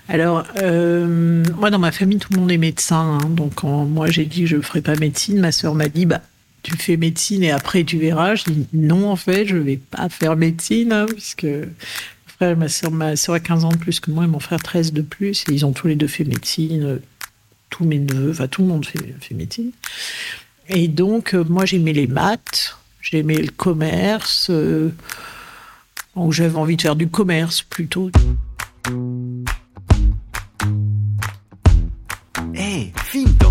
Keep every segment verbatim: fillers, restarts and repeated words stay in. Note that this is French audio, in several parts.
Alors, euh, moi, dans ma famille, tout le monde est médecin. Hein, donc, quand moi, j'ai dit que je ne ferais pas médecine, ma sœur m'a dit, bah, tu fais médecine et après, tu verras. Je dis, non, en fait, je ne vais pas faire médecine, hein, puisque mon frère et ma sœur, ma sœur a quinze ans de plus que moi et mon frère treize de plus. Et ils ont tous les deux fait médecine. Tous mes neveux, enfin, tout le monde fait, fait médecine. Et donc, euh, moi, j'aimais les maths, j'aimais le commerce. Euh, donc, j'avais envie de faire du commerce plutôt. Hey, Finta!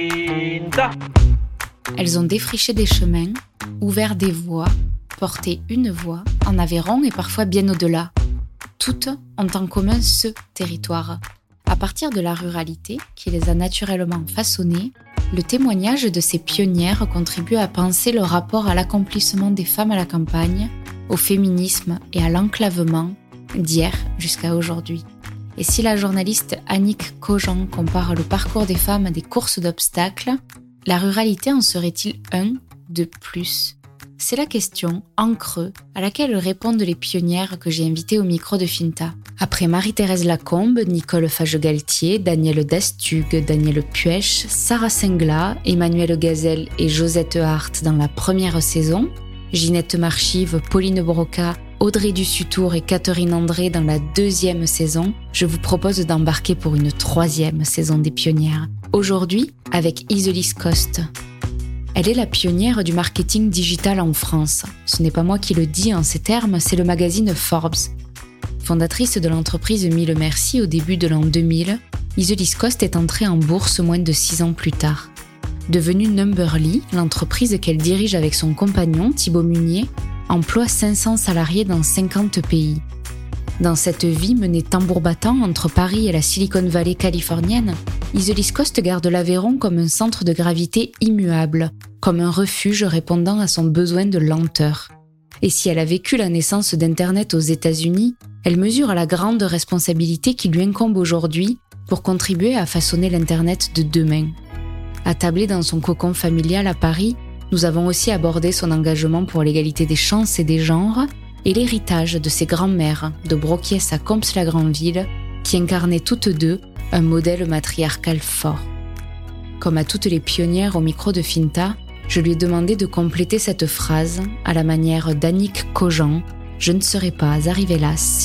Finta! Elles ont défriché des chemins, ouvert des voies, porté une voix en Aveyron et parfois bien au-delà. Toutes ont en commun ce territoire. À partir de la ruralité, qui les a naturellement façonnées, le témoignage de ces pionnières contribue à penser le rapport à l'accomplissement des femmes à la campagne, au féminisme et à l'enclavement, d'hier jusqu'à aujourd'hui. Et si la journaliste Annick Cogent compare le parcours des femmes à des courses d'obstacles, la ruralité en serait-il un de plus ? C'est la question, en creux, à laquelle répondent les pionnières que j'ai invitées au micro de Finta. Après Marie-Thérèse Lacombe, Nicole Fage-Galtier, Danielle Dastug, Danielle Puech, Sarah Singla, Emmanuelle Gazelle et Josette Hart dans la première saison, Ginette Marchive, Pauline Broca, Audrey Dussutour et Catherine André dans la deuxième saison, je vous propose d'embarquer pour une troisième saison des pionnières. Aujourd'hui, avec Iselis Coste. Elle est la pionnière du marketing digital en France. Ce n'est pas moi qui le dis en ces termes, c'est le magazine Forbes. Fondatrice de l'entreprise Mille Merci au début de l'an deux mille, Iselis Coste est entrée en bourse moins de six ans plus tard. Devenue Numberly, l'entreprise qu'elle dirige avec son compagnon Thibaut Munier emploie cinq cents salariés dans cinquante pays. Dans cette vie menée tambour battant entre Paris et la Silicon Valley californienne, Iselis Coste garde l'Aveyron comme un centre de gravité immuable, comme un refuge répondant à son besoin de lenteur. Et si elle a vécu la naissance d'Internet aux États-Unis, elle mesure la grande responsabilité qui lui incombe aujourd'hui pour contribuer à façonner l'Internet de demain. Attablée dans son cocon familial à Paris, nous avons aussi abordé son engagement pour l'égalité des chances et des genres et l'héritage de ses grands-mères de Broquiès à Comps-la-Grandville qui incarnaient toutes deux un modèle matriarcal fort. Comme à toutes les pionnières au micro de Finta, je lui ai demandé de compléter cette phrase à la manière d'Annick Cogent « Je ne serais pas arrivée là si… »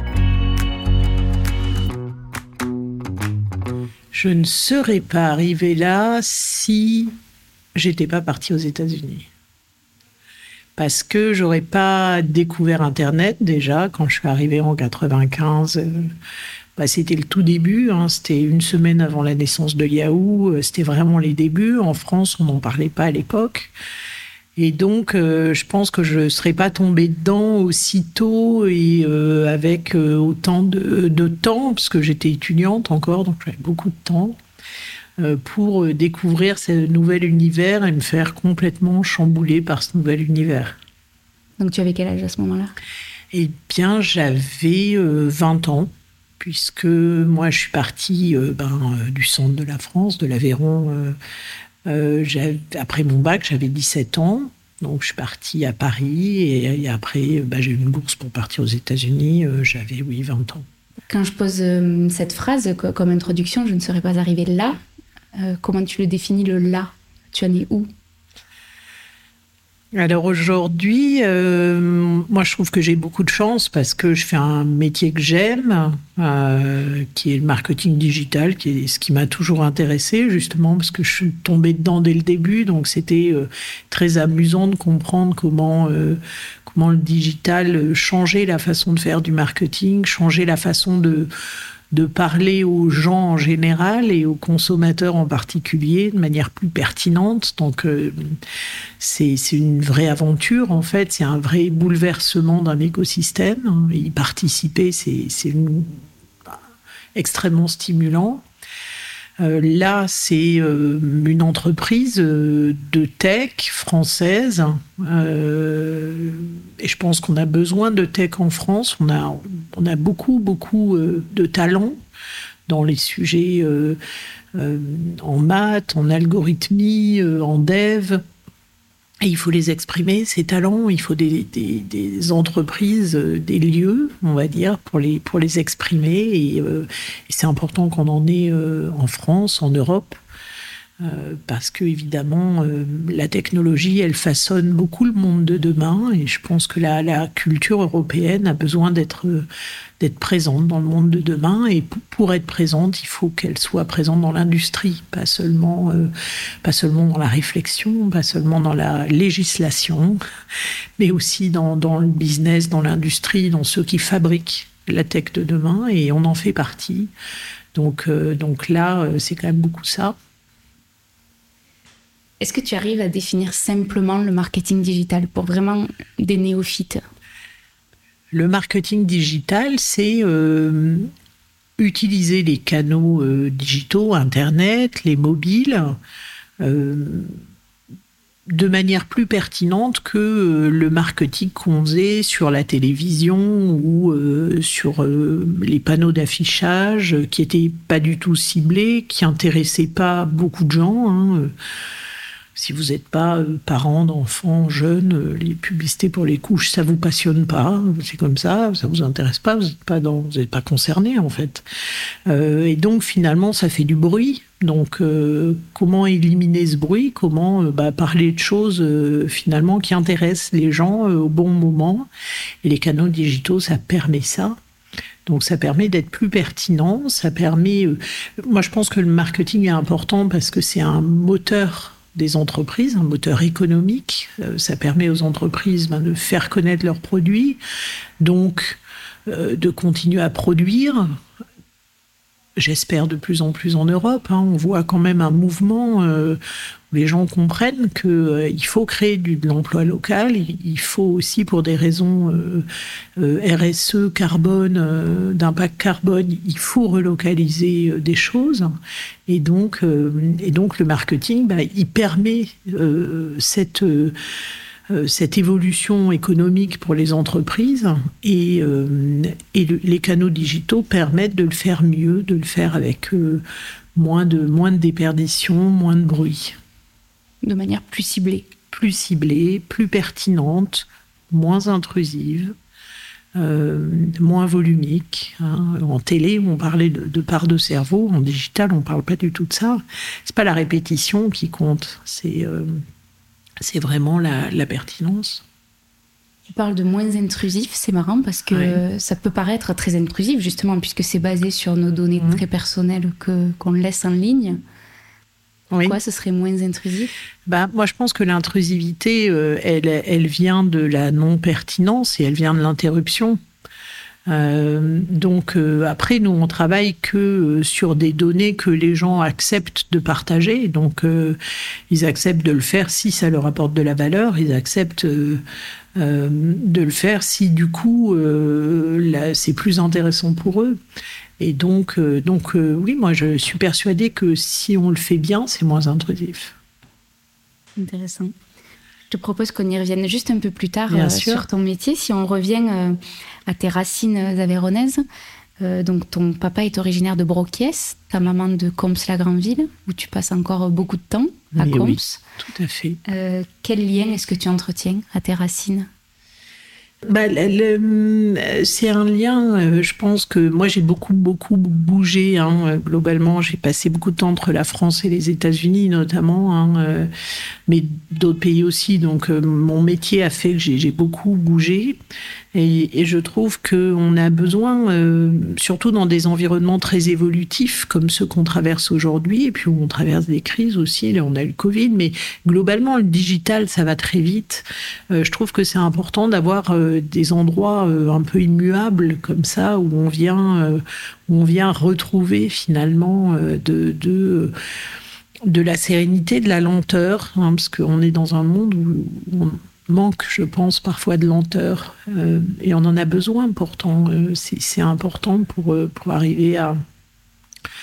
Je ne serais pas arrivée là si j'étais pas partie aux États-Unis. Parce que j'aurais pas découvert Internet déjà quand je suis arrivée en quatre-vingt-quinze. Bah, c'était le tout début, hein, c'était une semaine avant la naissance de Yahoo, c'était vraiment les débuts. En France, on n'en parlait pas à l'époque. Et donc, euh, je pense que je ne serais pas tombée dedans aussitôt et euh, avec euh, autant de, de temps, parce que j'étais étudiante encore, donc j'avais beaucoup de temps, euh, pour découvrir ce nouvel univers et me faire complètement chambouler par ce nouvel univers. Donc, tu avais quel âge à ce moment-là ? Eh bien, j'avais euh, vingt ans, puisque moi, je suis partie euh, ben, euh, du centre de la France, de l'Aveyron. Euh, euh, après mon bac, j'avais dix-sept ans. Donc, je suis partie à Paris. Et, et après, ben, j'ai eu une bourse pour partir aux États-Unis. Euh, j'avais, oui, vingt ans. Quand je pose euh, cette phrase co- comme introduction, je ne serais pas arrivée là. Euh, comment tu le définis, le là ? Tu en es où ? Alors aujourd'hui, euh, moi je trouve que j'ai beaucoup de chance parce que je fais un métier que j'aime, euh, qui est le marketing digital, qui est ce qui m'a toujours intéressée justement parce que je suis tombée dedans dès le début, donc c'était euh, très amusant de comprendre comment euh, comment le digital changeait la façon de faire du marketing, changeait la façon de de parler aux gens en général et aux consommateurs en particulier de manière plus pertinente. Donc, euh, c'est, c'est une vraie aventure, en fait. C'est un vrai bouleversement d'un écosystème. Y participer, c'est, c'est une, extrêmement stimulant. Euh, là, c'est euh, une entreprise euh, de tech française. Euh, et je pense qu'on a besoin de tech en France. On a, on a beaucoup, beaucoup euh, de talents dans les sujets euh, euh, en maths, en algorithmie, euh, en dev. Et il faut les exprimer, ces talents, il faut des, des, des entreprises, des lieux, on va dire, pour les, pour les exprimer. Et, euh, et c'est important qu'on en ait euh, en France, en Europe, euh, parce que évidemment, euh, la technologie, elle façonne beaucoup le monde de demain. Et je pense que la, la culture européenne a besoin d'être, euh, d'être présente dans le monde de demain. Et pour, pour être présente, il faut qu'elle soit présente dans l'industrie, pas seulement, euh, pas seulement dans la réflexion, pas seulement dans la législation, mais aussi dans, dans le business, dans l'industrie, dans ceux qui fabriquent la tech de demain. Et on en fait partie. Donc, euh, donc là, euh, c'est quand même beaucoup ça. Est-ce que tu arrives à définir simplement le marketing digital pour vraiment des néophytes ? Le marketing digital, c'est euh, utiliser les canaux euh, digitaux, Internet, les mobiles, euh, de manière plus pertinente que euh, le marketing qu'on faisait sur la télévision ou euh, sur euh, les panneaux d'affichage, euh, qui n'étaient pas du tout ciblés, qui n'intéressaient pas beaucoup de gens, hein, euh, Si vous n'êtes pas euh, parent d'enfants jeunes, euh, les publicités pour les couches, ça ne vous passionne pas. C'est comme ça, ça ne vous intéresse pas, vous n'êtes pas, dans, vous n'êtes pas concerné en fait. Euh, et donc finalement, ça fait du bruit. Donc euh, comment éliminer ce bruit ? Comment euh, bah, parler de choses euh, finalement qui intéressent les gens euh, au bon moment ? Et les canaux digitaux, ça permet ça. Donc ça permet d'être plus pertinent, ça permet... Euh, moi je pense que le marketing est important parce que c'est un moteur des entreprises, un moteur économique. Euh, ça permet aux entreprises ben, de faire connaître leurs produits, donc euh, de continuer à produire. J'espère de plus en plus en Europe. Hein. On voit quand même un mouvement euh, où les gens comprennent qu'il euh, faut créer du, de l'emploi local. Il, il faut aussi, pour des raisons euh, euh, R S E, carbone, euh, d'impact carbone, il faut relocaliser euh, des choses. Et donc, euh, et donc le marketing, bah, il permet euh, cette... Euh, cette évolution économique pour les entreprises et, euh, et le, les canaux digitaux permettent de le faire mieux, de le faire avec euh, moins de, moins de déperdition, moins de bruit. De manière plus ciblée. Plus ciblée, plus pertinente, moins intrusive, euh, moins volumique. Hein. En télé, on parlait de, de part de cerveau, en digital, on ne parle pas du tout de ça. Ce n'est pas la répétition qui compte, c'est... Euh, C'est vraiment la, la pertinence. Tu parles de moins intrusif, c'est marrant parce que ouais. Ça peut paraître très intrusif justement puisque c'est basé sur nos données mmh. très personnelles que, qu'on laisse en ligne. Pourquoi oui. ce serait moins intrusif ? Bah, moi, je pense que l'intrusivité, euh, elle, elle vient de la non-pertinence et elle vient de l'interruption. Euh, donc euh, après, nous, on travaille que euh, sur des données que les gens acceptent de partager. Donc, euh, ils acceptent de le faire si ça leur apporte de la valeur. Ils acceptent euh, euh, de le faire si, du coup, euh, là, c'est plus intéressant pour eux. Et donc, euh, donc euh, oui, moi, je suis persuadée que si on le fait bien, c'est moins intrusif. Intéressant. Je te propose qu'on y revienne juste un peu plus tard euh, sur ton métier. Si on revient euh, à tes racines aveyronaises, euh, donc ton papa est originaire de Broquiès, ta maman de Comps-la-Grandville, où tu passes encore beaucoup de temps à oui, Comps. Oui, tout à fait. Euh, quel lien est-ce que tu entretiens à tes racines ? Bah, le, le, c'est un lien, euh, je pense que moi j'ai beaucoup beaucoup bougé, hein, globalement j'ai passé beaucoup de temps entre la France et les États-Unis notamment, hein, euh, mais d'autres pays aussi, donc euh, mon métier a fait que j'ai, j'ai beaucoup bougé et, et je trouve qu'on a besoin, euh, surtout dans des environnements très évolutifs comme ceux qu'on traverse aujourd'hui et puis où on traverse des crises aussi, là on a eu le Covid, mais globalement le digital ça va très vite, euh, je trouve que c'est important d'avoir euh, des endroits euh, un peu immuables comme ça où on vient, euh, où on vient retrouver finalement euh, de, de, de la sérénité, de la lenteur, hein, parce qu'on est dans un monde où on manque, je pense, parfois de lenteur euh, et on en a besoin pourtant. Euh, c'est, c'est important pour, pour arriver à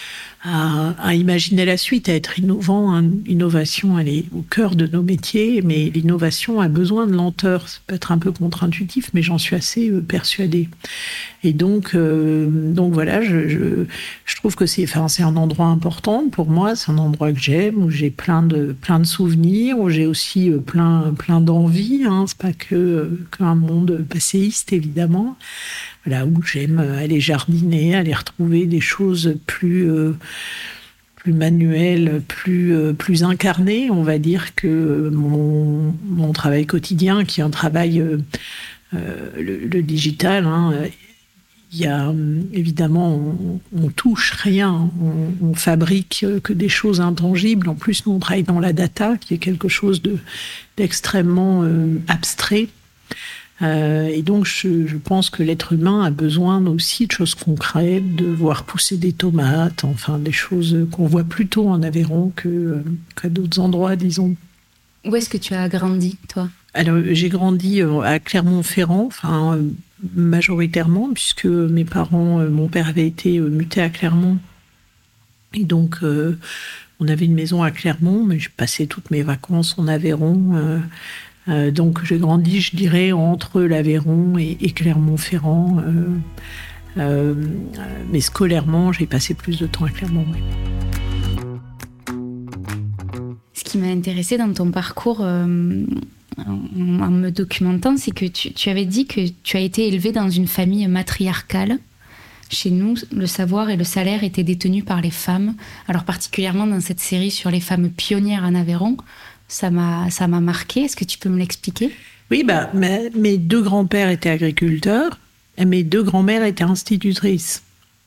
à, à imaginer la suite, à être innovant. Hein. L'innovation, elle est au cœur de nos métiers, mais l'innovation a besoin de lenteur. Ça peut être un peu contre-intuitif, mais j'en suis assez euh, persuadée. Et donc, euh, donc voilà, je, je, je trouve que c'est, enfin, c'est un endroit important pour moi. C'est un endroit que j'aime, où j'ai plein de, plein de souvenirs, où j'ai aussi euh, plein, plein d'envies. Hein. C'est pas que euh, qu'un monde passéiste, évidemment. Voilà, où j'aime aller jardiner, aller retrouver des choses plus, euh, plus manuelles, plus, euh, plus incarnées, on va dire, que mon, mon travail quotidien, qui est un travail, euh, euh, le, le digital. Hein, il y a évidemment, on, on touche rien, on, on fabrique que des choses intangibles. En plus, nous, on travaille dans la data, qui est quelque chose de, d'extrêmement euh, abstrait. Euh, et donc, je, je pense que l'être humain a besoin aussi de choses concrètes, de voir pousser des tomates, enfin des choses qu'on voit plutôt en Aveyron que, qu'à d'autres endroits, disons. Où est-ce que tu as grandi, toi ? Alors, j'ai grandi à Clermont-Ferrand, enfin majoritairement, puisque mes parents, mon père avait été muté à Clermont, et donc euh, on avait une maison à Clermont, mais j'ai passé toutes mes vacances en Aveyron. Euh, Euh, donc j'ai grandi, je dirais, entre l'Aveyron et, et Clermont-Ferrand. Euh, euh, mais scolairement, j'ai passé plus de temps à Clermont. Oui. Ce qui m'a intéressée dans ton parcours, euh, en, en me documentant, c'est que tu, tu avais dit que tu as été élevée dans une famille matriarcale. Chez nous, le savoir et le salaire étaient détenus par les femmes. Alors particulièrement dans cette série sur les femmes pionnières en Aveyron, Ça m'a, ça m'a marqué. Est-ce que tu peux me l'expliquer ? Oui, bah, mes, mes deux grands-pères étaient agriculteurs et mes deux grands-mères étaient institutrices.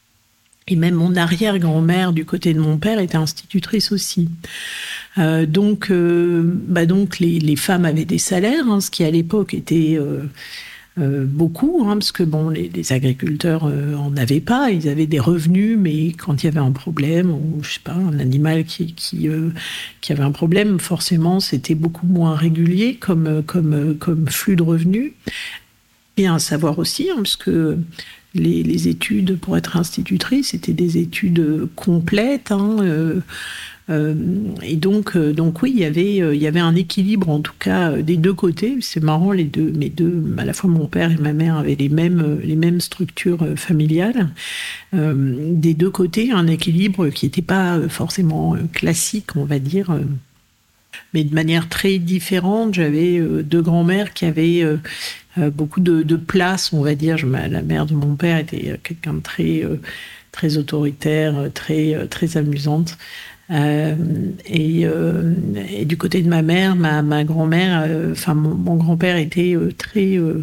Et même mon arrière-grand-mère du côté de mon père était institutrice aussi. Euh, donc, euh, bah donc les, les femmes avaient des salaires, hein, ce qui à l'époque était... Euh, Euh, beaucoup, hein, parce que bon, les, les agriculteurs euh, en avaient pas, ils avaient des revenus, mais quand il y avait un problème, ou je sais pas, un animal qui, qui, euh, qui avait un problème, forcément, c'était beaucoup moins régulier comme, comme, comme flux de revenus. Et à savoir aussi, hein, parce que les, les études pour être institutrice, c'était des études complètes, hein, euh, Euh, et donc, euh, donc oui, il y avait, euh, il y avait un équilibre en tout cas euh, des deux côtés. C'est marrant, les deux, mes deux, à la fois mon père et ma mère avaient les mêmes, euh, les mêmes structures euh, familiales. Euh, des deux côtés, un équilibre qui n'était pas euh, forcément euh, classique, on va dire, euh, mais de manière très différente. J'avais euh, deux grands-mères qui avaient euh, euh, beaucoup de, de place, on va dire. Je, la mère de mon père était quelqu'un de très, euh, très autoritaire, très, euh, très amusante. Euh, et, euh, et du côté de ma mère, ma, ma grand-mère, euh, enfin mon, mon grand-père était euh, très euh,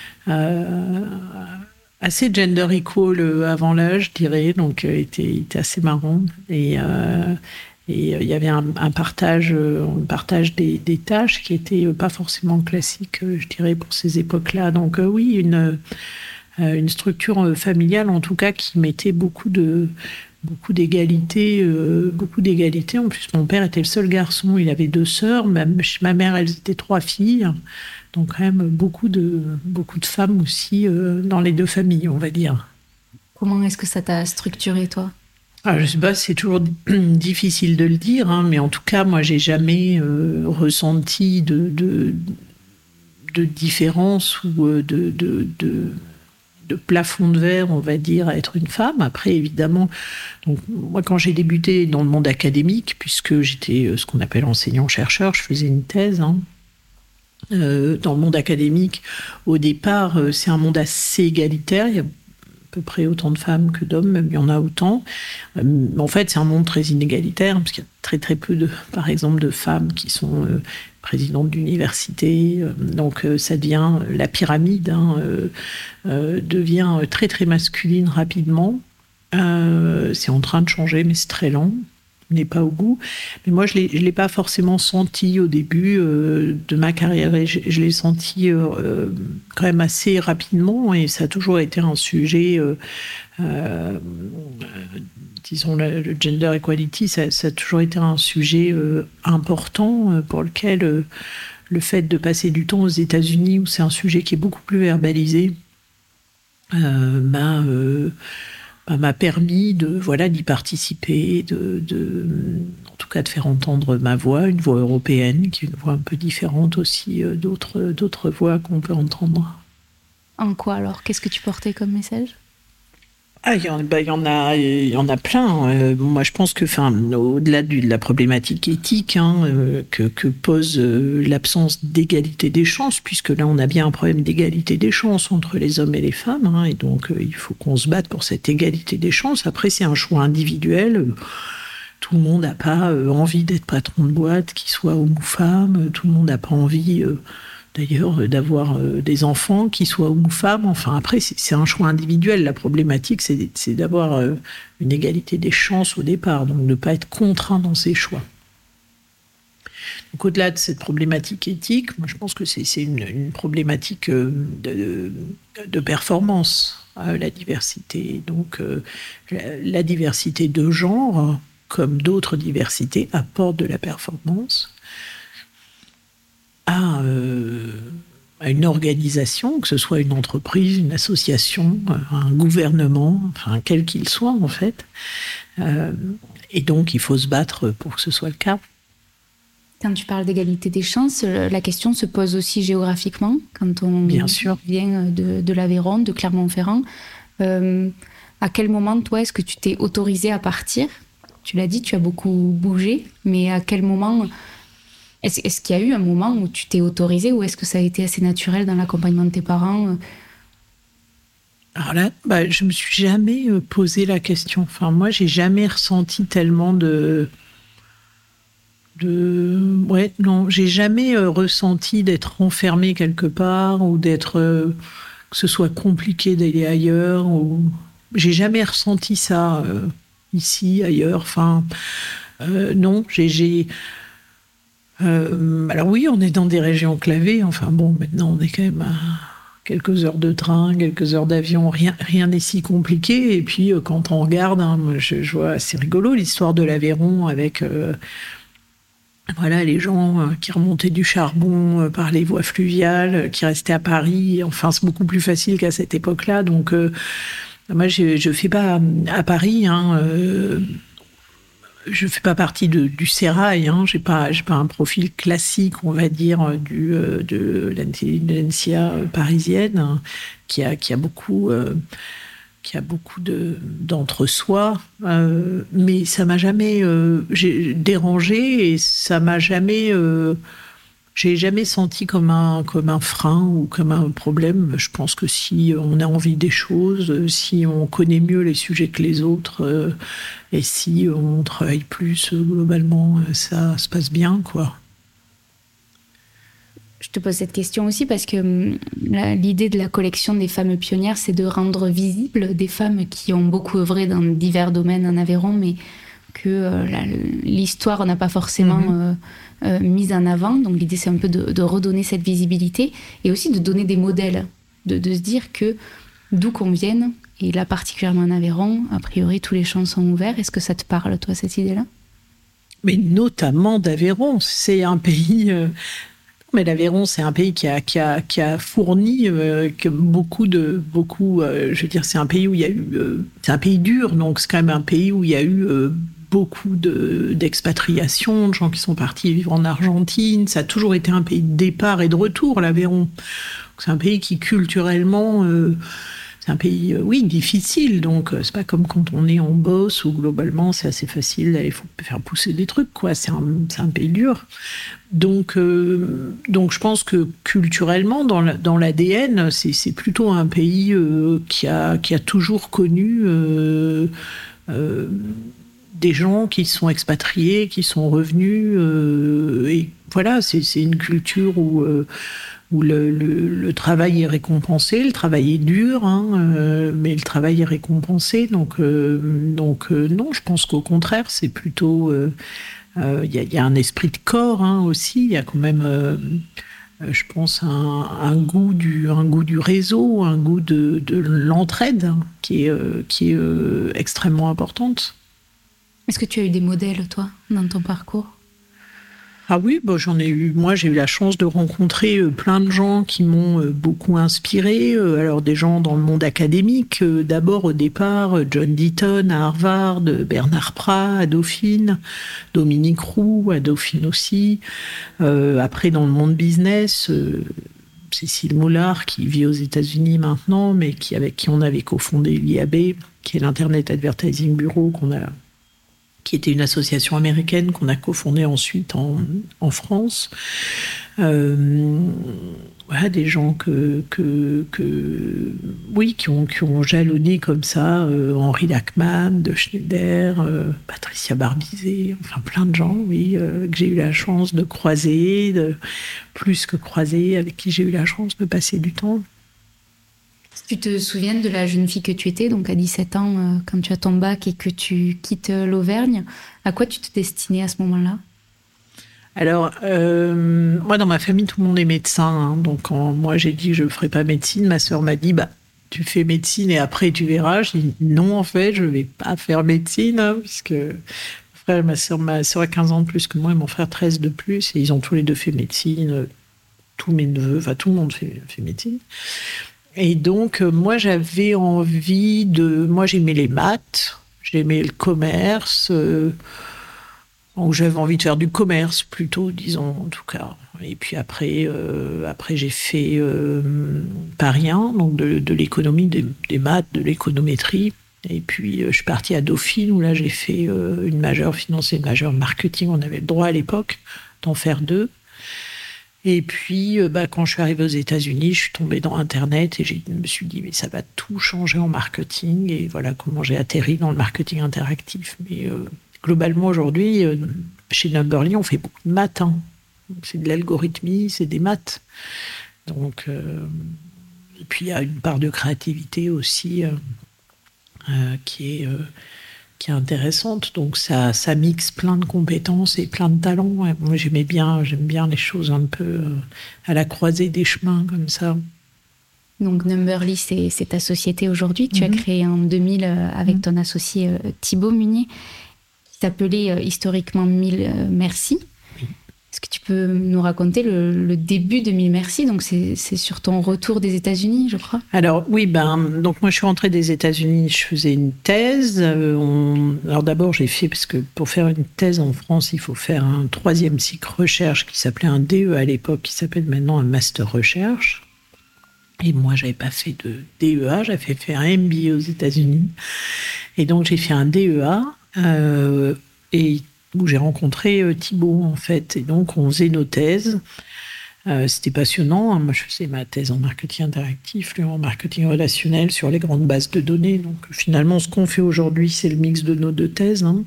euh, assez gender equal euh, avant l'âge, je dirais, donc euh, était, était assez marrant. Et euh, et il euh, y avait un, un partage, euh, un partage des, des tâches qui était euh, pas forcément classique, euh, je dirais, pour ces époques-là. Donc euh, oui, une euh, une structure euh, familiale, en tout cas, qui mettait beaucoup de Beaucoup d'égalité, euh, beaucoup d'égalité. En plus, mon père était le seul garçon. Il avait deux sœurs. Même chez ma mère, elles étaient trois filles. Donc, quand même, beaucoup de, beaucoup de femmes aussi euh, dans les deux familles, on va dire. Comment est-ce que ça t'a structuré, toi ? Ah, je sais pas, c'est toujours difficile de le dire, hein, mais en tout cas, moi, j'ai jamais euh, ressenti de, de, de différence ou de... de, de de plafond de verre, on va dire, à être une femme. Après, évidemment, donc, moi, quand j'ai débuté dans le monde académique, puisque j'étais ce qu'on appelle enseignant-chercheur, je faisais une thèse, hein, euh, dans le monde académique, au départ, c'est un monde assez égalitaire. Il y a à peu près autant de femmes que d'hommes, même il y en a autant. Euh, en fait, c'est un monde très inégalitaire, parce qu'il y a très très peu, de, par exemple, de femmes qui sont euh, présidentes d'université. Euh, donc, euh, ça devient, la pyramide hein, euh, euh, devient très très masculine rapidement. Euh, c'est en train de changer, mais c'est très lent. n'est pas au goût. Mais moi, je ne l'ai pas forcément senti au début euh, de ma carrière. Et je, je l'ai senti euh, quand même assez rapidement. Et ça a toujours été un sujet, euh, euh, disons, le, le gender equality, ça, ça a toujours été un sujet euh, important pour lequel euh, le fait de passer du temps aux États-Unis, où c'est un sujet qui est beaucoup plus verbalisé, euh, ben... Euh, bah, m'a permis de, voilà, d'y participer, de, de, en tout cas de faire entendre ma voix, une voix européenne, qui est une voix un peu différente aussi euh, d'autres, d'autres voix qu'on peut entendre. En quoi alors ? Qu'est-ce que tu portais comme message ? Ah, il y en, bah, il y en a, il y en a plein. Euh, moi, je pense que, enfin, au-delà du, de la problématique éthique hein, euh, que, que pose euh, l'absence d'égalité des chances, puisque là, on a bien un problème d'égalité des chances entre les hommes et les femmes, hein, et donc euh, il faut qu'on se batte pour cette égalité des chances. Après, c'est un choix individuel. Tout le monde n'a pas euh, envie d'être patron de boîte, qu'il soit homme ou femme. Tout le monde n'a pas envie. Euh, D'ailleurs, d'avoir des enfants qui soient hommes ou femmes. Enfin, après, c'est, c'est un choix individuel. La problématique, c'est, c'est d'avoir une égalité des chances au départ, donc de ne pas être contraint dans ses choix. Donc, au-delà de cette problématique éthique, moi, je pense que c'est, c'est une, une problématique de, de performance, la diversité. Donc, la, la diversité de genre, comme d'autres diversités, apporte de la performance. À, euh, à une organisation, que ce soit une entreprise, une association, un gouvernement, enfin quel qu'il soit en fait. Euh, et donc il faut se battre pour que ce soit le cas. Quand tu parles d'égalité des chances, la question se pose aussi géographiquement. Quand on Bien sûr. vient de, de l'Aveyron, de Clermont-Ferrand, euh, à quel moment toi est-ce que tu t'es autorisée à partir ? Tu l'as dit, tu as beaucoup bougé, mais à quel moment... Est-ce, est-ce qu'il y a eu un moment où tu t'es autorisée ou est-ce que ça a été assez naturel dans l'accompagnement de tes parents ? Alors là, bah, je me suis jamais posé la question. Enfin, moi, j'ai jamais ressenti tellement de... de... Ouais, non, j'ai jamais ressenti d'être enfermée quelque part ou d'être... que ce soit compliqué d'aller ailleurs. Ou... J'ai jamais ressenti ça euh, ici, ailleurs. Enfin, euh, non, j'ai... j'ai... Euh, alors oui, on est dans des régions enclavées. Enfin bon, maintenant on est quand même à quelques heures de train, quelques heures d'avion. Rien, rien n'est si compliqué. Et puis euh, quand on regarde, hein, je, je vois, c'est rigolo l'histoire de l'Aveyron avec euh, voilà les gens euh, qui remontaient du charbon euh, par les voies fluviales, euh, qui restaient à Paris. Enfin, c'est beaucoup plus facile qu'à cette époque-là. Donc euh, moi, je, je fais pas à Paris. Hein, euh, Je ne fais pas partie de, du sérail, hein. Je n'ai pas, j'ai pas un profil classique, on va dire, du, de l'intelligentsia parisienne, hein, qui, a, qui a beaucoup, euh, qui a beaucoup de, d'entre-soi. Euh, mais ça ne m'a jamais euh, j'ai dérangé et ça m'a jamais... Euh, j'ai jamais senti comme un, comme un frein ou comme un problème. Je pense que si on a envie des choses, si on connaît mieux les sujets que les autres, euh, et si on travaille plus, euh, globalement, ça se passe bien, quoi. Je te pose cette question aussi parce que là, l'idée de la collection des femmes pionnières, c'est de rendre visibles des femmes qui ont beaucoup œuvré dans divers domaines en Aveyron, mais que euh, la, l'histoire n'a pas forcément mmh. euh, euh, mise en avant. Donc l'idée, c'est un peu de, de redonner cette visibilité et aussi de donner des modèles, de, de se dire que d'où qu'on vienne, et là particulièrement en Aveyron, a priori tous les champs sont ouverts. Est-ce que ça te parle, toi, cette idée-là ? Mais notamment d'Aveyron, c'est un pays... Euh... Mais l'Aveyron, c'est un pays qui a, qui a, qui a fourni euh, que beaucoup de... beaucoup. Euh, je veux dire, c'est un pays où il y a eu... Euh, c'est un pays dur, donc c'est quand même un pays où il y a eu... Euh, beaucoup de, d'expatriation, de gens qui sont partis vivre en Argentine. Ça a toujours été un pays de départ et de retour, l'Aveyron. C'est un pays qui, culturellement, euh, c'est un pays, euh, oui, difficile. Donc, euh, c'est pas comme quand on est en Beauce, où globalement, c'est assez facile d'aller faire pousser des trucs, quoi. C'est un, c'est un pays dur. Donc, euh, donc, je pense que culturellement, dans, la, dans l'A D N, c'est, c'est plutôt un pays euh, qui, a, qui a toujours connu... Euh, euh, des gens qui sont expatriés, qui sont revenus, euh, et voilà, c'est, c'est une culture où, euh, où le, le, le travail est récompensé, le travail est dur, hein, euh, mais le travail est récompensé, donc, euh, donc euh, non, je pense qu'au contraire, c'est plutôt... Il euh, euh, y, y a un esprit de corps hein, aussi, il y a quand même... Euh, je pense un, un goût du un goût du réseau, un goût de, de l'entraide hein, qui est euh, qui est euh, extrêmement importante. Est-ce que tu as eu des modèles, toi, dans ton parcours ? Ah oui, bon, j'en ai eu. Moi, j'ai eu la chance de rencontrer euh, plein de gens qui m'ont euh, beaucoup inspiré. Euh, alors, des gens dans le monde académique. Euh, d'abord, au départ, euh, John Deaton à Harvard, euh, Bernard Prat à Dauphine, Dominique Roux à Dauphine aussi. Euh, après, dans le monde business, euh, Cécile Moulard, qui vit aux États-Unis maintenant, mais qui, avec qui on avait cofondé l'I A B, qui est l'Internet Advertising Bureau qu'on a qui était une association américaine qu'on a cofondée ensuite en, en France. Euh, voilà, des gens que, que, que, oui, qui ont, qui ont jalonné comme ça, euh, Henri Lachmann, de Schneider, euh, Patricia Barbizet, enfin plein de gens, oui, euh, que j'ai eu la chance de croiser, de, plus que croiser, avec qui j'ai eu la chance de passer du temps. Tu te souviens de la jeune fille que tu étais, donc à dix-sept ans, euh, quand tu as ton bac et que tu quittes euh, l'Auvergne, à quoi tu te destinais à ce moment-là ? Alors, euh, moi, dans ma famille, tout le monde est médecin. Hein, donc, quand moi, j'ai dit que je ne ferais pas médecine, ma sœur m'a dit, bah, tu fais médecine et après, tu verras. J'ai dit, non, en fait, je ne vais pas faire médecine, hein, puisque mon frère et ma sœur, ma sœur a quinze ans de plus que moi et mon frère treize de plus. Et ils ont tous les deux fait médecine. Tous mes neveux, enfin, tout le monde fait, fait médecine. Et donc, euh, moi, j'avais envie de... Moi, j'aimais les maths, j'aimais le commerce. Euh, donc, j'avais envie de faire du commerce, plutôt, disons, en tout cas. Et puis après, euh, après j'ai fait euh, Paris un, donc de, de l'économie, des, des maths, de l'économétrie. Et puis, euh, je suis partie à Dauphine, où là, j'ai fait euh, une majeure finance et une majeure marketing. On avait le droit à l'époque d'en faire deux. Et puis, bah, quand je suis arrivée aux États-Unis, je suis tombée dans Internet et je me suis dit, mais ça va tout changer en marketing. Et voilà comment j'ai atterri dans le marketing interactif. Mais euh, globalement, aujourd'hui, euh, chez Numberly, on fait beaucoup de maths. Hein. C'est de l'algorithmie, c'est des maths. Donc, euh, et puis, il y a une part de créativité aussi euh, euh, qui est... Euh, qui est intéressante, donc ça, ça mixe plein de compétences et plein de talents. Et moi, j'aimais bien, j'aime bien les choses un peu euh, à la croisée des chemins, comme ça. Donc Numberly, c'est, c'est ta société aujourd'hui, que tu mm-hmm. as créée en deux mille euh, avec mm-hmm. ton associé euh, Thibaut Munier, qui s'appelait euh, historiquement Mille euh, Merci. Est-ce que tu peux nous raconter le, le début de Mille Merci ? Donc, c'est, c'est sur ton retour des États-Unis, je crois. Alors, oui, ben, donc moi, je suis rentrée des États-Unis, je faisais une thèse. Euh, on... Alors, d'abord, j'ai fait, parce que pour faire une thèse en France, il faut faire un troisième cycle recherche qui s'appelait un D E à l'époque, qui s'appelle maintenant un Master Recherche. Et moi, je n'avais pas fait de D E A, j'avais fait un M B A aux États-Unis. Et donc, j'ai fait un D E A. Euh, et où j'ai rencontré euh, Thibaut, en fait. Et donc, on faisait nos thèses. Euh, c'était passionnant. Moi, je faisais ma thèse en marketing interactif, lui en marketing relationnel sur les grandes bases de données. Donc, finalement, ce qu'on fait aujourd'hui, c'est le mix de nos deux thèses. Hein.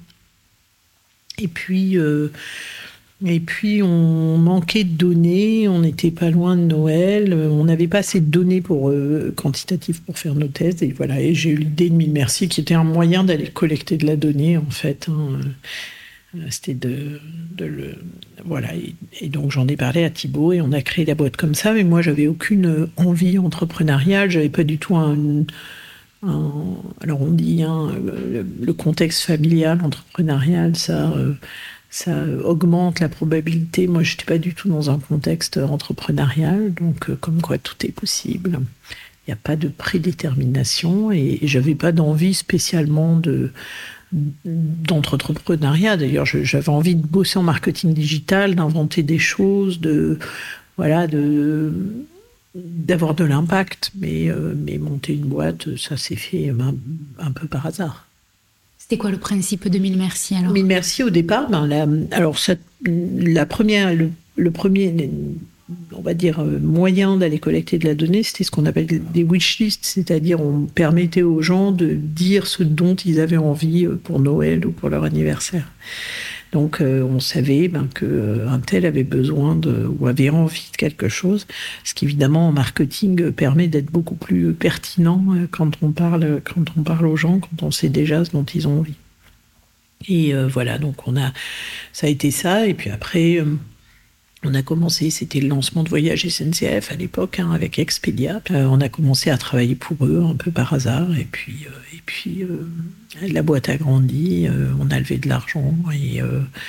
Et puis, euh, et puis, on manquait de données. On n'était pas loin de Noël. On n'avait pas assez de données pour, euh, quantitatives pour faire nos thèses. Et voilà. Et j'ai eu l'idée de Mille Merci, qui était un moyen d'aller collecter de la donnée, en fait. Hein. C'était de, de le... Voilà. Et, et donc, j'en ai parlé à Thibaut et on a créé la boîte comme ça. Mais moi, j'avais aucune envie entrepreneuriale. J'avais pas du tout un... un alors, on dit, hein, le, le contexte familial, entrepreneurial, ça, euh, ça augmente la probabilité. Moi, j'étais pas du tout dans un contexte entrepreneurial. Donc, euh, comme quoi tout est possible. Il n'y a pas de prédétermination et, et j'avais pas d'envie spécialement de... d'entrepreneuriat. D'ailleurs, je, j'avais envie de bosser en marketing digital, d'inventer des choses, de voilà, de d'avoir de l'impact. Mais euh, mais monter une boîte, ça s'est fait un, un peu par hasard. C'était quoi le principe de Mille Merci alors ? Mille Merci au départ. Ben la, alors ça, la première, le, le premier. on va dire, moyen d'aller collecter de la donnée, c'était ce qu'on appelle des wishlists, c'est-à-dire on permettait aux gens de dire ce dont ils avaient envie pour Noël ou pour leur anniversaire. Donc euh, on savait ben, qu'un euh, tel avait besoin de, ou avait envie de quelque chose, ce qui évidemment en marketing permet d'être beaucoup plus pertinent euh, quand on parle, quand on parle aux gens, quand on sait déjà ce dont ils ont envie. Et euh, voilà, donc on a, ça a été ça, et puis après... Euh, On a commencé, c'était le lancement de Voyage S N C F à l'époque, hein, avec Expedia. Euh, on a commencé à travailler pour eux, un peu par hasard. Et puis, euh, et puis euh, la boîte a grandi, euh, on a levé de l'argent. Et euh,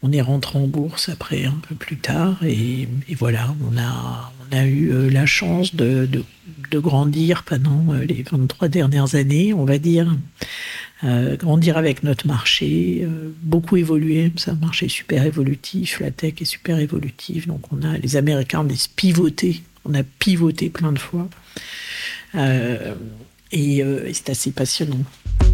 on est rentré en bourse après un peu plus tard et, et voilà, on a, on a eu la chance de, de, de grandir pendant les vingt-trois dernières années, on va dire. Euh, grandir avec notre marché, euh, beaucoup évoluer, c'est un marché super évolutif, la tech est super évolutive, donc on a, les Américains disent pivoter, on a pivoté plein de fois, euh, et, euh, et c'est assez passionnant.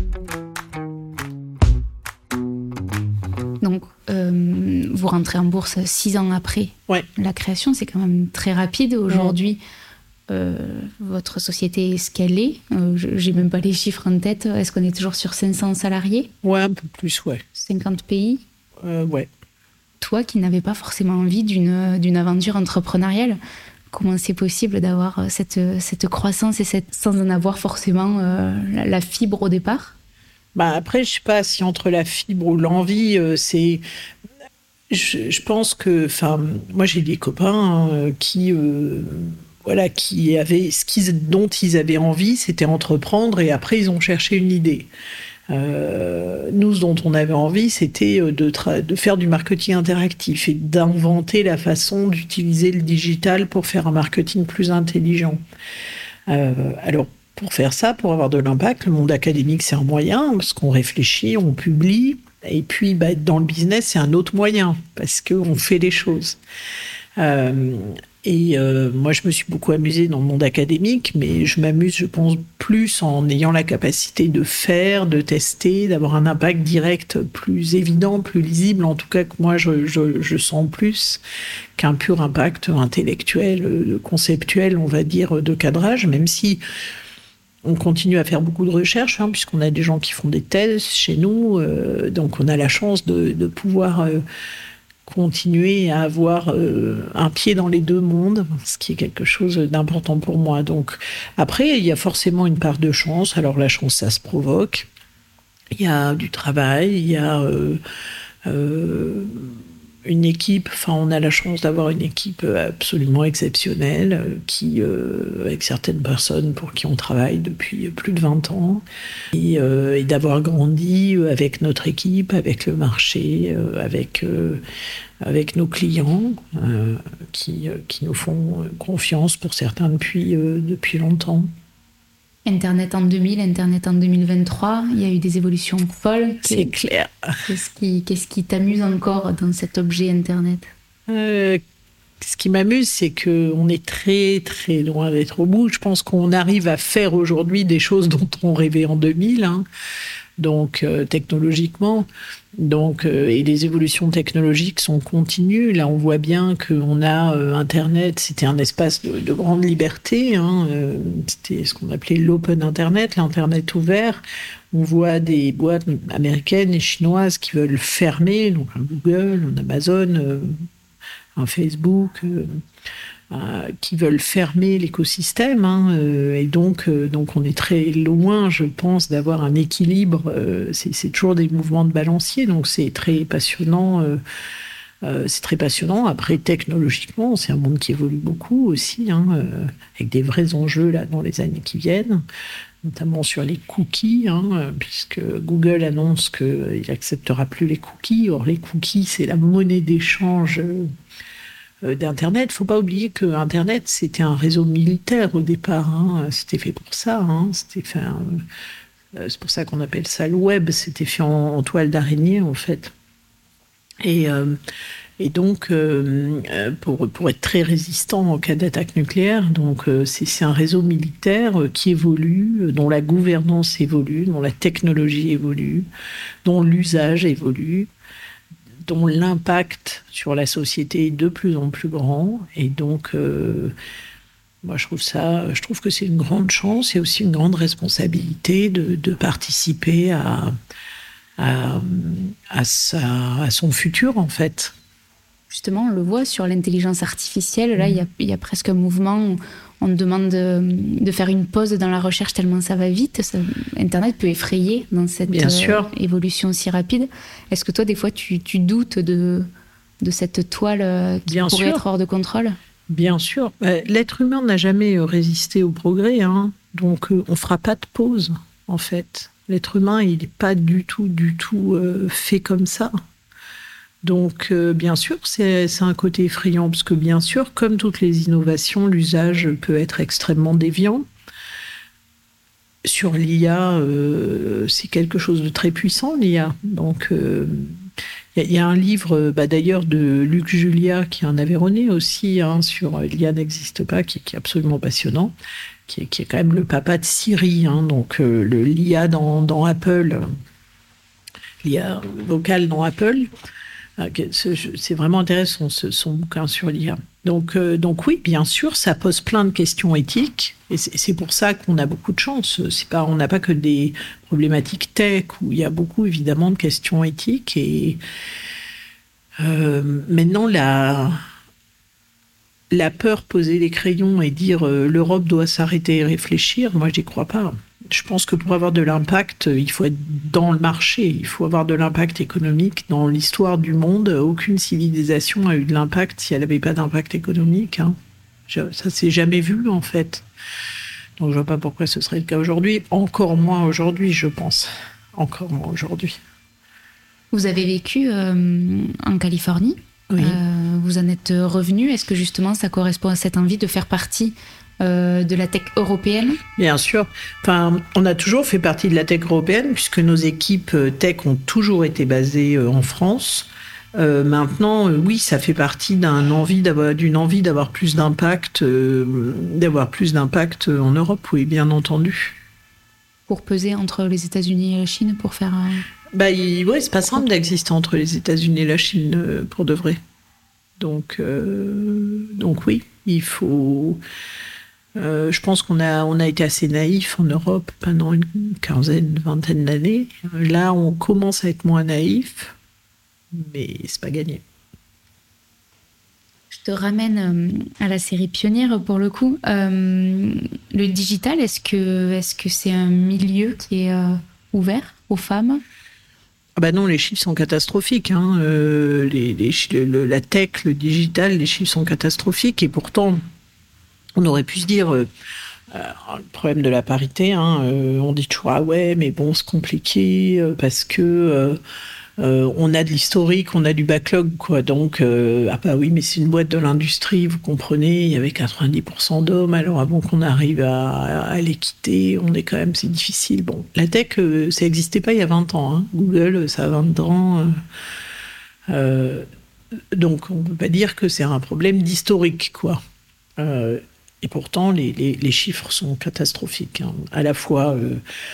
Donc, euh, vous rentrez en bourse six ans après ouais. la création, c'est quand même très rapide aujourd'hui. Ouais. Euh, votre société est scalée, euh, j'ai même pas les chiffres en tête. Est-ce qu'on est toujours sur cinq cents salariés ? Ouais, un peu plus, ouais. cinquante pays ? euh, Ouais. Toi qui n'avais pas forcément envie d'une, d'une aventure entrepreneuriale, comment c'est possible d'avoir cette, cette croissance et cette, sans en avoir forcément euh, la, la fibre au départ ? Bah après, je sais pas si entre la fibre ou l'envie, euh, c'est... Je, je pense que... Enfin, moi j'ai des copains euh, qui... Euh... Voilà, qui avaient, ce qu'ils, dont ils avaient envie, c'était entreprendre et après ils ont cherché une idée. Euh, nous, ce dont on avait envie, c'était de, tra- de faire du marketing interactif et d'inventer la façon d'utiliser le digital pour faire un marketing plus intelligent. Euh, alors, pour faire ça, pour avoir de l'impact, le monde académique, c'est un moyen, parce qu'on réfléchit, on publie, et puis bah, dans le business, c'est un autre moyen, parce qu'on fait les choses. Euh, Et euh, moi, je me suis beaucoup amusée dans le monde académique, mais je m'amuse, je pense, plus en ayant la capacité de faire, de tester, d'avoir un impact direct plus évident, plus lisible, en tout cas que moi, je, je, je sens plus qu'un pur impact intellectuel, conceptuel, on va dire, de cadrage, même si on continue à faire beaucoup de recherches, hein, puisqu'on a des gens qui font des thèses chez nous, euh, donc on a la chance de, de pouvoir... Euh, continuer à avoir euh, un pied dans les deux mondes, ce qui est quelque chose d'important pour moi. Donc, après, il y a forcément une part de chance. Alors, la chance, ça se provoque. Il y a du travail, il y a euh, euh, une équipe. Enfin, on a la chance d'avoir une équipe absolument exceptionnelle, qui, euh, avec certaines personnes pour qui on travaille depuis plus de vingt ans, et, euh, et d'avoir grandi avec notre équipe, avec le marché, euh, avec... Euh, avec nos clients euh, qui, qui nous font confiance pour certains depuis, euh, depuis longtemps. Internet en deux mille, Internet en deux mille vingt-trois, il y a eu des évolutions folles. C'est clair. Qu'est-ce qui, qu'est-ce qui t'amuse encore dans cet objet Internet ? euh, Ce qui m'amuse, c'est qu'on est très, très loin d'être au bout. Je pense qu'on arrive à faire aujourd'hui des choses dont on rêvait en deux mille, hein. Donc euh, technologiquement, donc euh, et les évolutions technologiques sont continues. Là, on voit bien qu'on a euh, Internet, c'était un espace de, de grande liberté, hein, euh, c'était ce qu'on appelait l'open Internet, l'Internet ouvert. On voit des boîtes américaines et chinoises qui veulent fermer, donc un Google, un Amazon, euh, un Facebook. Euh, Euh, qui veulent fermer l'écosystème, hein, euh, et donc, euh, donc on est très loin, je pense, d'avoir un équilibre. Euh, c'est, c'est toujours des mouvements de balancier, donc c'est très passionnant. Euh, euh, c'est très passionnant. Après, technologiquement, c'est un monde qui évolue beaucoup aussi, hein, euh, avec des vrais enjeux là dans les années qui viennent, notamment sur les cookies, hein, puisque Google annonce qu'il n'acceptera plus les cookies. Or, les cookies, c'est la monnaie d'échange euh, d'Internet. Il ne faut pas oublier que Internet, c'était un réseau militaire au départ. Hein. C'était fait pour ça. Hein. C'était fait un... C'est pour ça qu'on appelle ça le web. C'était fait en, en toile d'araignée, en fait. Et, euh, et donc, euh, pour, pour être très résistant en cas d'attaque nucléaire, donc, euh, c'est, c'est un réseau militaire qui évolue, dont la gouvernance évolue, dont la technologie évolue, dont l'usage évolue, dont l'impact sur la société est de plus en plus grand. Et donc, euh, moi, je trouve ça, je trouve que c'est une grande chance et aussi une grande responsabilité de, de participer à, à, à, sa, à son futur, en fait. Justement, on le voit sur l'intelligence artificielle. Là, il y a, il y a presque un mouvement. On demande de, de faire une pause dans la recherche tellement ça va vite. Ça, Internet peut effrayer dans cette euh, évolution si rapide. Est-ce que toi, des fois, tu, tu doutes de, de cette toile qui Bien pourrait sûr. être hors de contrôle ? Bien sûr. L'être humain n'a jamais résisté au progrès, hein. Donc on ne fera pas de pause, en fait. L'être humain, il n'est pas du tout, du tout euh, fait comme ça. Donc, euh, bien sûr, c'est, c'est un côté effrayant, parce que bien sûr, comme toutes les innovations, l'usage peut être extrêmement déviant. Sur l'I A, euh, c'est quelque chose de très puissant, l'I A. Donc, il euh, y, y a un livre, bah, d'ailleurs, de Luc Julia, qui est un Aveyronais aussi, hein, sur l'I A n'existe pas, qui, qui est absolument passionnant, qui est, qui est quand même le papa de Siri, hein, donc euh, le, l'I A dans, dans Apple, l'I A vocale dans Apple. C'est vraiment intéressant, ce, son bouquin sur l'I A. Donc, euh, donc oui, bien sûr, ça pose plein de questions éthiques, et c'est, c'est pour ça qu'on a beaucoup de chance. C'est pas, on n'a pas que des problématiques tech, où il y a beaucoup, évidemment, de questions éthiques. Et euh, maintenant, la, la peur, poser les crayons et dire euh, l'Europe doit s'arrêter et réfléchir, moi, j'y crois pas. Je pense que pour avoir de l'impact, il faut être dans le marché, il faut avoir de l'impact économique. Dans l'histoire du monde, aucune civilisation a eu de l'impact si elle n'avait pas d'impact économique. Hein. Ça s'est jamais vu, en fait. Donc je vois pas pourquoi ce serait le cas aujourd'hui. Encore moins aujourd'hui, je pense. Encore moins aujourd'hui. Vous avez vécu euh, en Californie. Oui. Euh, vous en êtes revenu. Est-ce que justement ça correspond à cette envie de faire partie Euh, de la tech européenne? Bien sûr. Enfin, on a toujours fait partie de la tech européenne, puisque nos équipes tech ont toujours été basées en France. Euh, maintenant, oui, ça fait partie d'un envie d'avoir, d'une envie d'avoir plus d'impact, euh, d'avoir plus d'impact en Europe, oui, bien entendu. Pour peser entre les États-Unis et la Chine, pour faire un... Bah, il, ouais, c'est pas simple d'exister entre les États-Unis et la Chine, pour de vrai. Donc, euh, donc oui, il faut... Euh, je pense qu'on a, on a été assez naïf en Europe pendant une quinzaine, vingtaine d'années. Là, on commence à être moins naïf, mais c'est pas gagné. Je te ramène à la série Pionnière pour le coup. Euh, le digital, est-ce que, est-ce que c'est un milieu qui est euh, ouvert aux femmes ? Ah bah non, les chiffres sont catastrophiques. Hein. Euh, les, les, le, la tech, le digital, les chiffres sont catastrophiques. Et pourtant, on aurait pu se dire, euh, euh, le problème de la parité, hein, euh, on dit toujours, ah ouais, mais bon, c'est compliqué, euh, parce que euh, euh, on a de l'historique, on a du backlog, quoi. Donc, euh, ah bah oui, mais c'est une boîte de l'industrie, vous comprenez, il y avait quatre-vingt-dix pour cent d'hommes, alors avant qu'on arrive à, à les quitter, on est quand même, c'est difficile. Bon, la tech, euh, ça n'existait pas il y a vingt ans. Hein. Google, ça a vingt ans. Euh, euh, donc, on ne peut pas dire que c'est un problème d'historique, quoi. Euh, Et pourtant, les, les, les chiffres sont catastrophiques, hein. À la fois euh,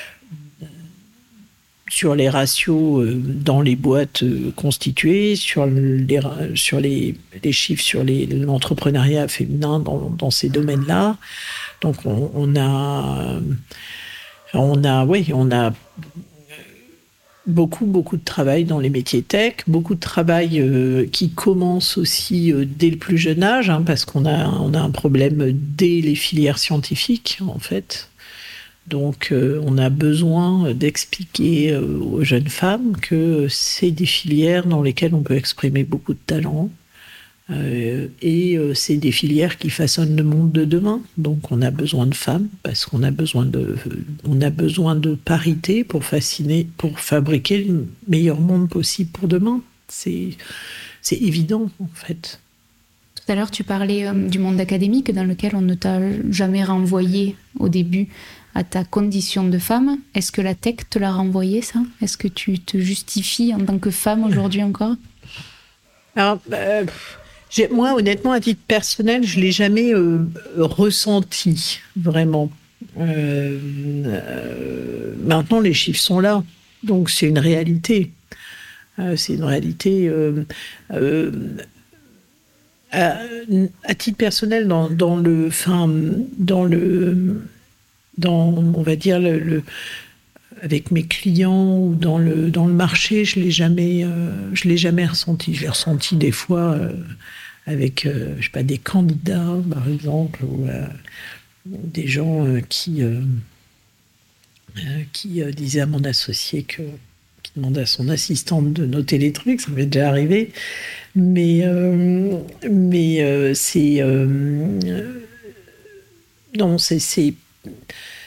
sur les ratios euh, dans les boîtes euh, constituées, sur, les, sur les, les chiffres sur les, l'entrepreneuriat féminin dans, dans ces domaines-là. Donc, on, on a, on a, oui, on a beaucoup, beaucoup de travail dans les métiers tech, beaucoup de travail euh, qui commence aussi euh, dès le plus jeune âge, hein, parce qu'on a, on a un problème dès les filières scientifiques, en fait. Donc, euh, on a besoin d'expliquer euh, aux jeunes femmes que c'est des filières dans lesquelles on peut exprimer beaucoup de talent. Euh, et euh, c'est des filières qui façonnent le monde de demain. Donc on a besoin de femmes parce qu'on a besoin de, on a besoin de parité pour fasciner, pour fabriquer le meilleur monde possible pour demain. C'est, c'est évident en fait. Tout à l'heure, tu parlais euh, du monde académique dans lequel on ne t'a jamais renvoyé au début à ta condition de femme. Est-ce que la tech te l'a renvoyé, ça ? Est-ce que tu te justifies en tant que femme aujourd'hui encore ? Alors, euh, j'ai, moi, honnêtement, à titre personnel, je ne l'ai jamais euh, ressenti, vraiment. Euh, euh, maintenant, les chiffres sont là. Donc, c'est une réalité. Euh, c'est une réalité... Euh, euh, à, à titre personnel, dans, dans le... Fin, dans le... Dans, on va dire, le... le avec mes clients ou dans le, dans le marché, je ne l'ai jamais, euh, je l'ai jamais ressenti. Je l'ai ressenti des fois euh, avec euh, je sais pas, des candidats, par exemple, ou euh, des gens euh, qui, euh, euh, qui euh, disaient à mon associé, que, qui demandait à son assistante de noter les trucs, ça m'est déjà arrivé. Mais, euh, mais euh, c'est... Euh, non, c'est... c'est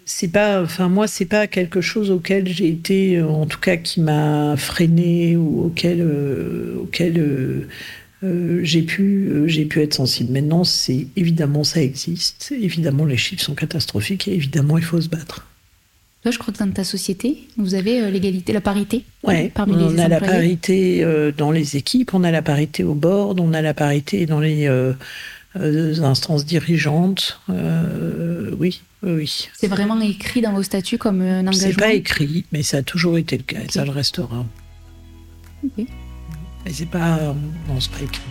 c'est pas, enfin moi, c'est pas quelque chose auquel j'ai été, en tout cas, qui m'a freiné ou auquel, euh, auquel euh, euh, j'ai pu, euh, j'ai pu être sensible. Maintenant, c'est évidemment ça existe. Évidemment, les chiffres sont catastrophiques et évidemment, il faut se battre. Toi, je crois que dans ta société, vous avez euh, l'égalité, la parité. Ouais, parmi on les a employés. la parité euh, dans les équipes, on a la parité au board, on a la parité dans les euh, euh, instances dirigeantes. Euh, oui, oui. C'est vraiment écrit dans vos statuts comme un engagement. C'est pas écrit, mais ça a toujours été le cas, okay. Et ça le restera. Ok. Mais c'est pas, non, c'est pas écrit.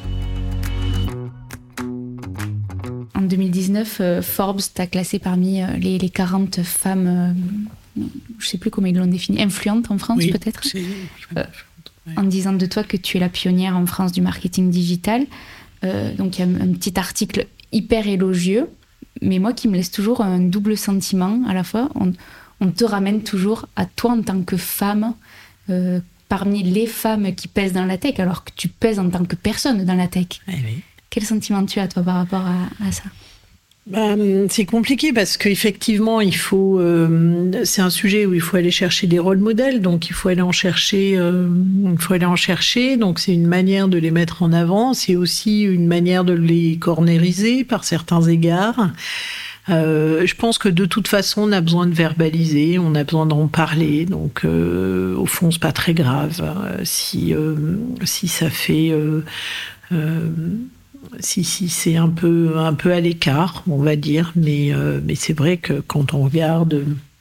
En deux mille dix-neuf, euh, Forbes t'a classé parmi euh, les, les quarante femmes, euh, je sais plus comment ils l'ont défini, influentes en France oui, peut-être, c'est... euh, ouais. En disant de toi que tu es la pionnière en France du marketing digital. Euh, donc il y a un, un petit article hyper élogieux, mais moi qui me laisse toujours un double sentiment à la fois. On, on te ramène toujours à toi en tant que femme, euh, parmi les femmes qui pèsent dans la tech, alors que tu pèses en tant que personne dans la tech. Oui, oui. Quel sentiment tu as, toi, par rapport à, à ça ? Ben, c'est compliqué parce qu'effectivement, il faut. Euh, c'est un sujet où il faut aller chercher des rôles modèles, donc il faut aller en chercher. Euh, il faut aller en chercher. Donc c'est une manière de les mettre en avant. C'est aussi une manière de les cornériser par certains égards. Euh, je pense que de toute façon, on a besoin de verbaliser, on a besoin d'en parler. Donc, euh, au fond, c'est pas très grave euh, si euh, si ça fait. Euh, euh, Si, si, c'est un peu, un peu à l'écart, on va dire, mais, euh, mais c'est vrai que quand on regarde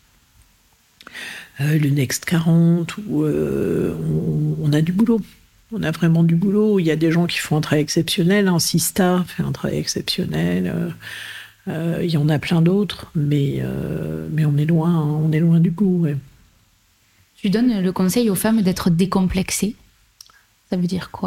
euh, le Next quarante, où, euh, on, on a du boulot. On a vraiment du boulot. Il y a des gens qui font un travail exceptionnel. Hein. Sista fait un travail exceptionnel. Euh, euh, il y en a plein d'autres, mais, euh, mais on est loin, hein, on est loin du bout. Ouais. Tu donnes le conseil aux femmes d'être décomplexées. Ça veut dire quoi ?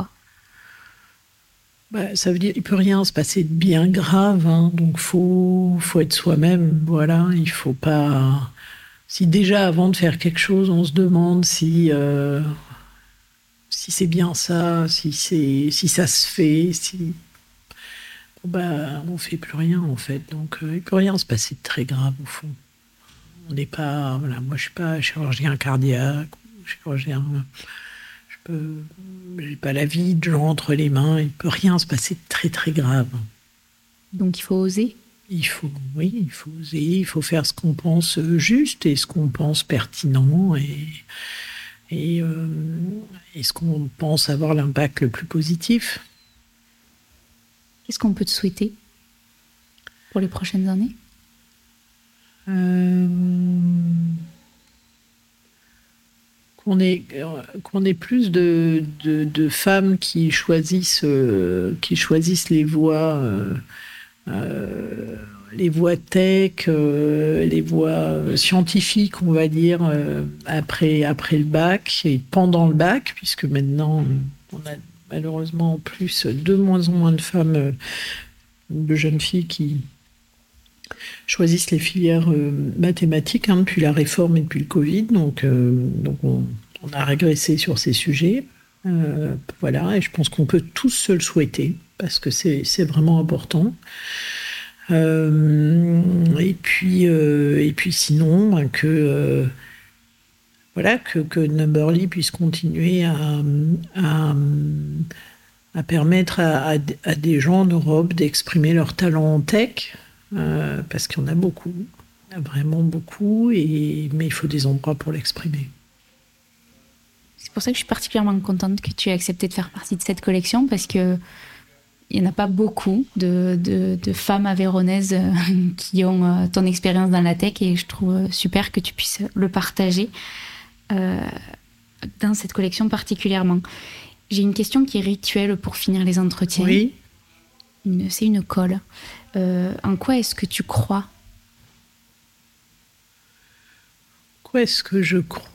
Bah, ça veut dire qu'il ne peut rien se passer de bien grave, hein, donc il faut, faut être soi-même, voilà, il faut pas... Si déjà, avant de faire quelque chose, on se demande si, euh, si c'est bien ça, si, c'est, si ça se fait, si... Bon, bah, on ne fait plus rien, en fait, donc euh, il ne peut rien se passer de très grave, au fond. On n'est pas... Voilà, moi, je ne suis pas chirurgien cardiaque, chirurgien... Je n'ai pas la vie de gens entre les mains, il ne peut rien se passer de très très grave. Donc il faut oser ? Il faut, oui, il faut oser, il faut faire ce qu'on pense juste et ce qu'on pense pertinent et, et, euh, et ce qu'on pense avoir l'impact le plus positif. Qu'est-ce qu'on peut te souhaiter pour les prochaines années ? euh... Qu'on ait, qu'on ait plus de, de, de femmes qui choisissent, euh, qui choisissent les voies, euh, euh, les voies tech, euh, les voies scientifiques, on va dire, euh, après, après le bac et pendant le bac, puisque maintenant, on a malheureusement en plus de moins en moins de femmes, de jeunes filles qui choisissent les filières euh, mathématiques hein, depuis la réforme et depuis le Covid. Donc, euh, donc on, on a régressé sur ces sujets. Euh, voilà, et je pense qu'on peut tous se le souhaiter parce que c'est, c'est vraiment important. Euh, et, puis, euh, et puis sinon, ben, que, euh, voilà, que, que Numberly puisse continuer à, à, à permettre à, à, à des gens en Europe d'exprimer leur talent en tech. Euh, parce qu'il y en a beaucoup, il y en a vraiment beaucoup, et, mais il faut des endroits pour l'exprimer. C'est pour ça que je suis particulièrement contente que tu aies accepté de faire partie de cette collection, parce qu'il n'y en a pas beaucoup de, de, de femmes aveyronnaises qui ont ton expérience dans la tech, et je trouve super que tu puisses le partager euh, dans cette collection particulièrement. J'ai une question qui est rituelle pour finir les entretiens. Oui. Une, c'est une colle. Euh, en quoi est-ce que tu crois ? Quoi est-ce que je crois ?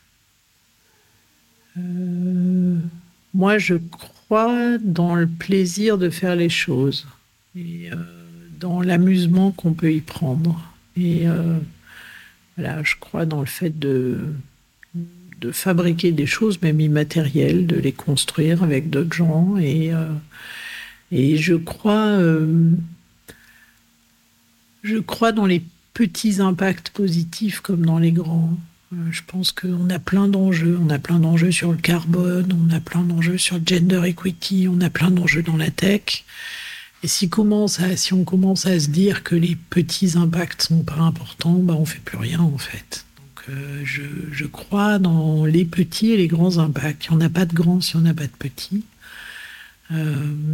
euh, Moi, je crois dans le plaisir de faire les choses et euh, dans l'amusement qu'on peut y prendre. Et euh, voilà, je crois dans le fait de, de fabriquer des choses, même immatérielles, de les construire avec d'autres gens. Et, euh, et je crois... Euh, Je crois dans les petits impacts positifs comme dans les grands. Euh, je pense qu'on a plein d'enjeux. On a plein d'enjeux sur le carbone, on a plein d'enjeux sur le gender equity, on a plein d'enjeux dans la tech. Et si, commence à, si on commence à se dire que les petits impacts sont pas importants, bah on fait plus rien en fait. Donc euh, je, je crois dans les petits et les grands impacts. Il n'y en a pas de grands si on n'a pas de petits. Euh,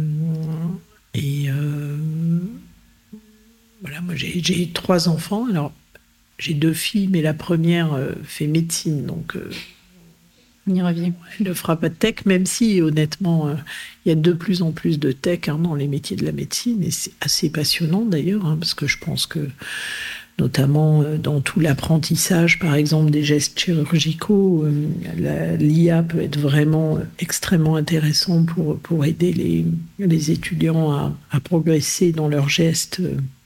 et euh, voilà, moi j'ai, j'ai trois enfants. Alors j'ai deux filles, mais la première euh, fait médecine, donc euh, on y revient. Elle ne fera pas de tech, même si, honnêtement, euh, il y a de plus en plus de tech hein, dans les métiers de la médecine, et c'est assez passionnant d'ailleurs, hein, parce que je pense que, notamment euh, dans tout l'apprentissage, par exemple, des gestes chirurgicaux, euh, la, l'I A peut être vraiment extrêmement intéressant pour, pour aider les, les étudiants à, à progresser dans leurs gestes.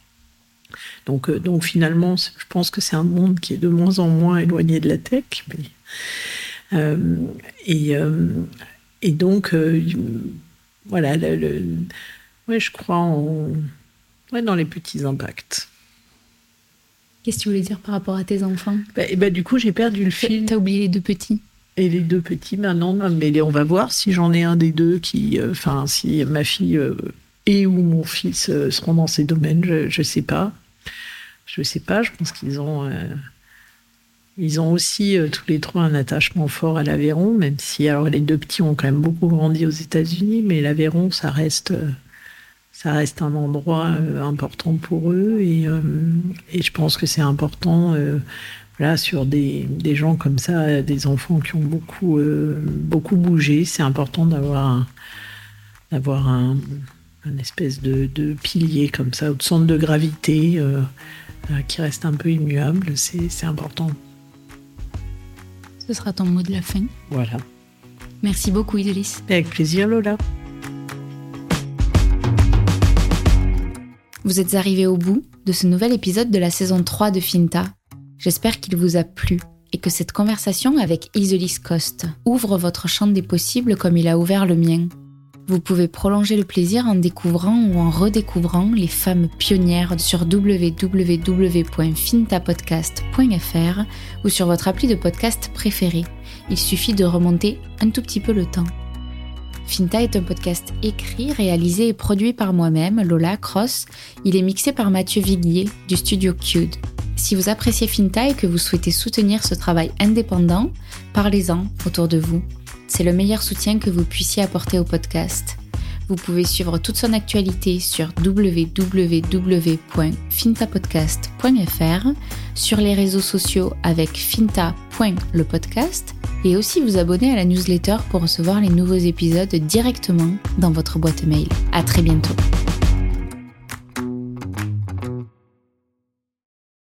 Donc, euh, donc finalement, je pense que c'est un monde qui est de moins en moins éloigné de la tech, mais... Euh, et, euh, et donc, euh, voilà, le, le, ouais, je crois en, ouais, dans les petits impacts. Qu'est-ce que tu voulais dire par rapport à tes enfants ? bah, et bah, Du coup, j'ai perdu le fil. T'as oublié les deux petits ? Et les deux petits, maintenant, non, mais on va voir si j'en ai un des deux qui, enfin, euh, si ma fille euh, et ou mon fils euh, seront dans ces domaines, je ne sais pas. Je ne sais pas, je pense qu'ils ont... Euh, Ils ont aussi euh, tous les trois un attachement fort à l'Aveyron, même si alors les deux petits ont quand même beaucoup grandi aux États-Unis, mais l'Aveyron, ça reste, euh, ça reste un endroit euh, important pour eux, et, euh, et je pense que c'est important, euh, voilà, sur des, des gens comme ça, des enfants qui ont beaucoup, euh, beaucoup bougé, c'est important d'avoir un, d'avoir un, un espèce de, de pilier comme ça, ou de centre de gravité euh, euh, qui reste un peu immuable, c'est, c'est important. Ce sera ton mot de la fin. Voilà. Merci beaucoup, Isélis. Avec plaisir, Lola. Vous êtes arrivés au bout de ce nouvel épisode de la saison trois de Finta. J'espère qu'il vous a plu et que cette conversation avec Isélis Coste ouvre votre champ des possibles comme il a ouvert le mien. Vous pouvez prolonger le plaisir en découvrant ou en redécouvrant les femmes pionnières sur w w w point fintapodcast point f r ou sur votre appli de podcast préféré. Il suffit de remonter un tout petit peu le temps. Finta est un podcast écrit, réalisé et produit par moi-même, Lola Cross. Il est mixé par Mathieu Viguier du studio Cued. Si vous appréciez Finta et que vous souhaitez soutenir ce travail indépendant, parlez-en autour de vous. C'est le meilleur soutien que vous puissiez apporter au podcast. Vous pouvez suivre toute son actualité sur w w w point fintapodcast point f r, sur les réseaux sociaux avec finta point le podcast, et aussi vous abonner à la newsletter pour recevoir les nouveaux épisodes directement dans votre boîte mail. À très bientôt.